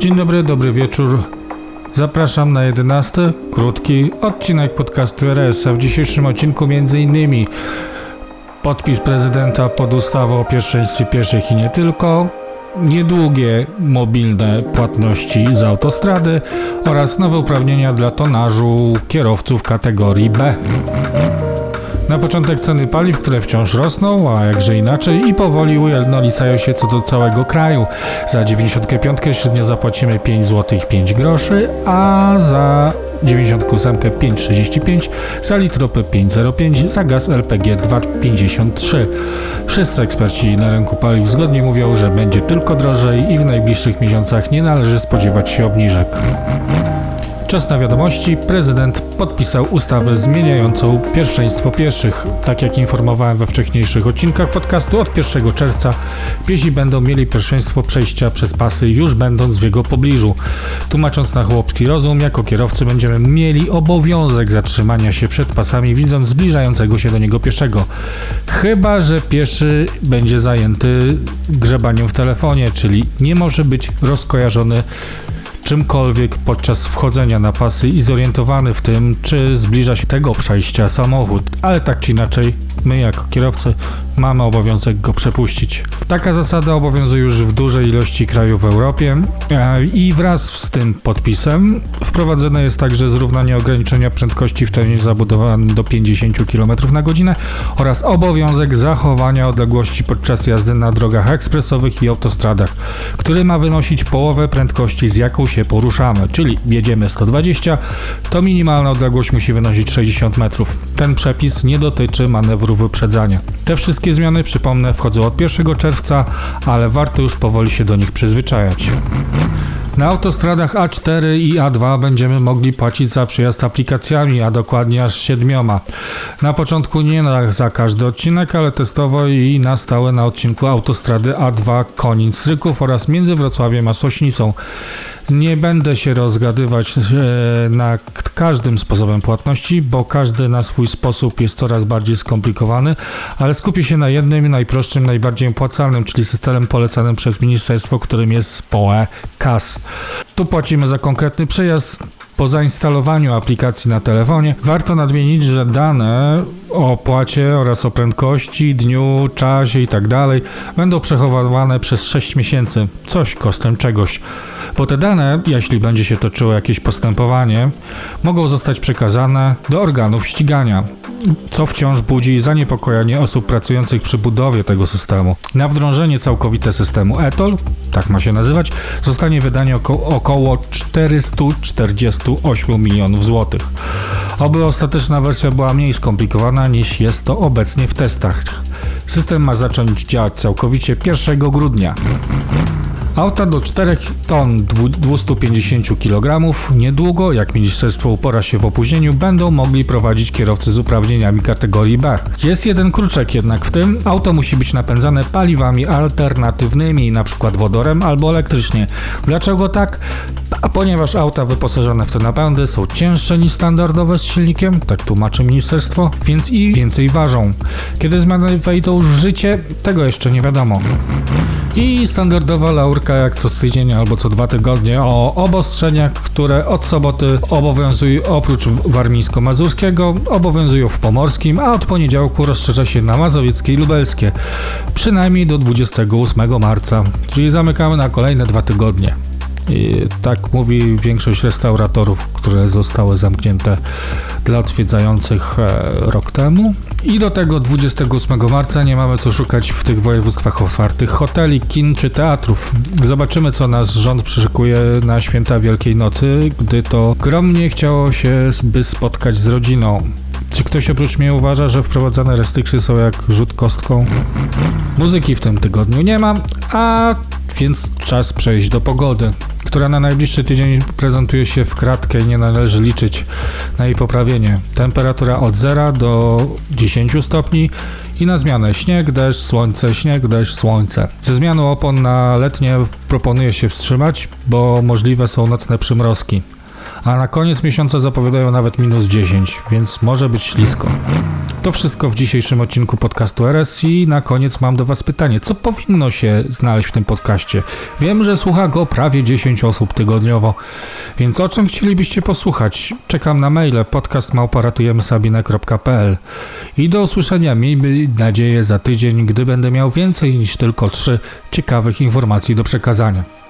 Dzień dobry, dobry wieczór. Zapraszam na 11, krótki odcinek podcastu RS, a w dzisiejszym odcinku m.in. podpis prezydenta pod ustawą o pierwszeństwie pieszych i nie tylko, niedługie mobilne płatności za autostrady oraz nowe uprawnienia dla tonażu kierowców kategorii B. Na początek ceny paliw, które wciąż rosną, a jakże inaczej, i powoli ujednolicają się co do całego kraju. Za 95 średnio zapłacimy 5 zł 5 groszy, a za 98 5,65, za litr ropy 5,05, za gaz LPG 2,53. Wszyscy eksperci na rynku paliw zgodnie mówią, że będzie tylko drożej i w najbliższych miesiącach nie należy spodziewać się obniżek. Czas na wiadomości. Prezydent podpisał ustawę zmieniającą pierwszeństwo pieszych. Tak jak informowałem we wcześniejszych odcinkach podcastu, od 1 czerwca piesi będą mieli pierwszeństwo przejścia przez pasy, już będąc w jego pobliżu. Tłumacząc na chłopski rozum, jako kierowcy będziemy mieli obowiązek zatrzymania się przed pasami, widząc zbliżającego się do niego pieszego. Chyba że pieszy będzie zajęty grzebaniem w telefonie, czyli nie może być rozkojarzony czymkolwiek podczas wchodzenia na pasy i zorientowany w tym, czy zbliża się tego przejścia samochód, ale tak czy inaczej, my jako kierowcy mamy obowiązek go przepuścić. Taka zasada obowiązuje już w dużej ilości krajów w Europie i wraz z tym podpisem wprowadzone jest także zrównanie ograniczenia prędkości w terenie zabudowanym do 50 km na godzinę oraz obowiązek zachowania odległości podczas jazdy na drogach ekspresowych i autostradach, który ma wynosić połowę prędkości, z jaką się poruszamy, czyli jedziemy 120, to minimalna odległość musi wynosić 60 metrów. Ten przepis nie dotyczy manewru wyprzedzania. Te wszystkie zmiany, przypomnę, wchodzą od 1 czerwca, ale warto już powoli się do nich przyzwyczajać. Na autostradach A4 i A2 będziemy mogli płacić za przejazd aplikacjami, a dokładnie aż 7. Na początku nie za każdy odcinek, ale testowo i na stałe na odcinku autostrady A2 Konin-Stryków oraz między Wrocławiem a Sośnicą. Nie będę się rozgadywać nad każdym sposobem płatności, bo każdy na swój sposób jest coraz bardziej skomplikowany, ale skupię się na jednym, najprostszym, najbardziej opłacalnym, czyli systemem polecanym przez ministerstwo, którym jest POE KAS. Tu płacimy za konkretny przejazd. Po zainstalowaniu aplikacji na telefonie warto nadmienić, że dane o opłacie oraz o prędkości, dniu, czasie itd. będą przechowywane przez 6 miesięcy, coś kosztem czegoś. Bo te dane, jeśli będzie się toczyło jakieś postępowanie, mogą zostać przekazane do organów ścigania, co wciąż budzi zaniepokojenie osób pracujących przy budowie tego systemu. Na wdrożenie całkowite systemu eToll, tak ma się nazywać, zostanie wydane około 448 milionów złotych. Oby ostateczna wersja była mniej skomplikowana niż jest to obecnie w testach. System ma zacząć działać całkowicie 1 grudnia. Auta do 4 ton 250 kg niedługo, jak ministerstwo upora się w opóźnieniu, będą mogli prowadzić kierowcy z uprawnieniami kategorii B. Jest jeden kruczek jednak w tym, auto musi być napędzane paliwami alternatywnymi, np. wodorem albo elektrycznie. Dlaczego tak? A ponieważ auta wyposażone w te napędy są cięższe niż standardowe z silnikiem, tak tłumaczy ministerstwo, więc i więcej ważą. Kiedy zmiany wejdą już w życie, tego jeszcze nie wiadomo. I standardowa laurka jak co tydzień albo co 2 tygodnie o obostrzeniach, które od soboty obowiązują oprócz warmińsko-mazurskiego, obowiązują w pomorskim, a od poniedziałku rozszerza się na mazowieckie i lubelskie, przynajmniej do 28 marca, czyli zamykamy na kolejne 2 tygodnie. I tak mówi większość restauratorów, które zostały zamknięte dla odwiedzających rok temu. I do tego 28 marca nie mamy co szukać w tych województwach otwartych hoteli, kin czy teatrów. Zobaczymy, co nasz rząd przyszykuje na święta Wielkiej Nocy, gdy to gromnie chciało się by spotkać z rodziną. Czy ktoś oprócz mnie uważa, że wprowadzane restrykcje są jak rzut kostką? Muzyki w tym tygodniu nie ma, a więc czas przejść do pogody, która na najbliższy tydzień prezentuje się w kratkę i nie należy liczyć na jej poprawienie. Temperatura od 0 do 10 stopni i na zmianę śnieg, deszcz, słońce. Ze zmianą opon na letnie proponuje się wstrzymać, bo możliwe są nocne przymrozki. a na koniec miesiąca zapowiadają nawet -10, więc może być ślisko. To wszystko w dzisiejszym odcinku podcastu RS i na koniec mam do Was pytanie, co powinno się znaleźć w tym podcaście? Wiem, że słucha go prawie 10 osób tygodniowo, więc o czym chcielibyście posłuchać? Czekam na maile podcast@ratujemysabinę.pl i do usłyszenia, miejmy nadzieję, za tydzień, gdy będę miał więcej niż tylko 3 ciekawych informacji do przekazania.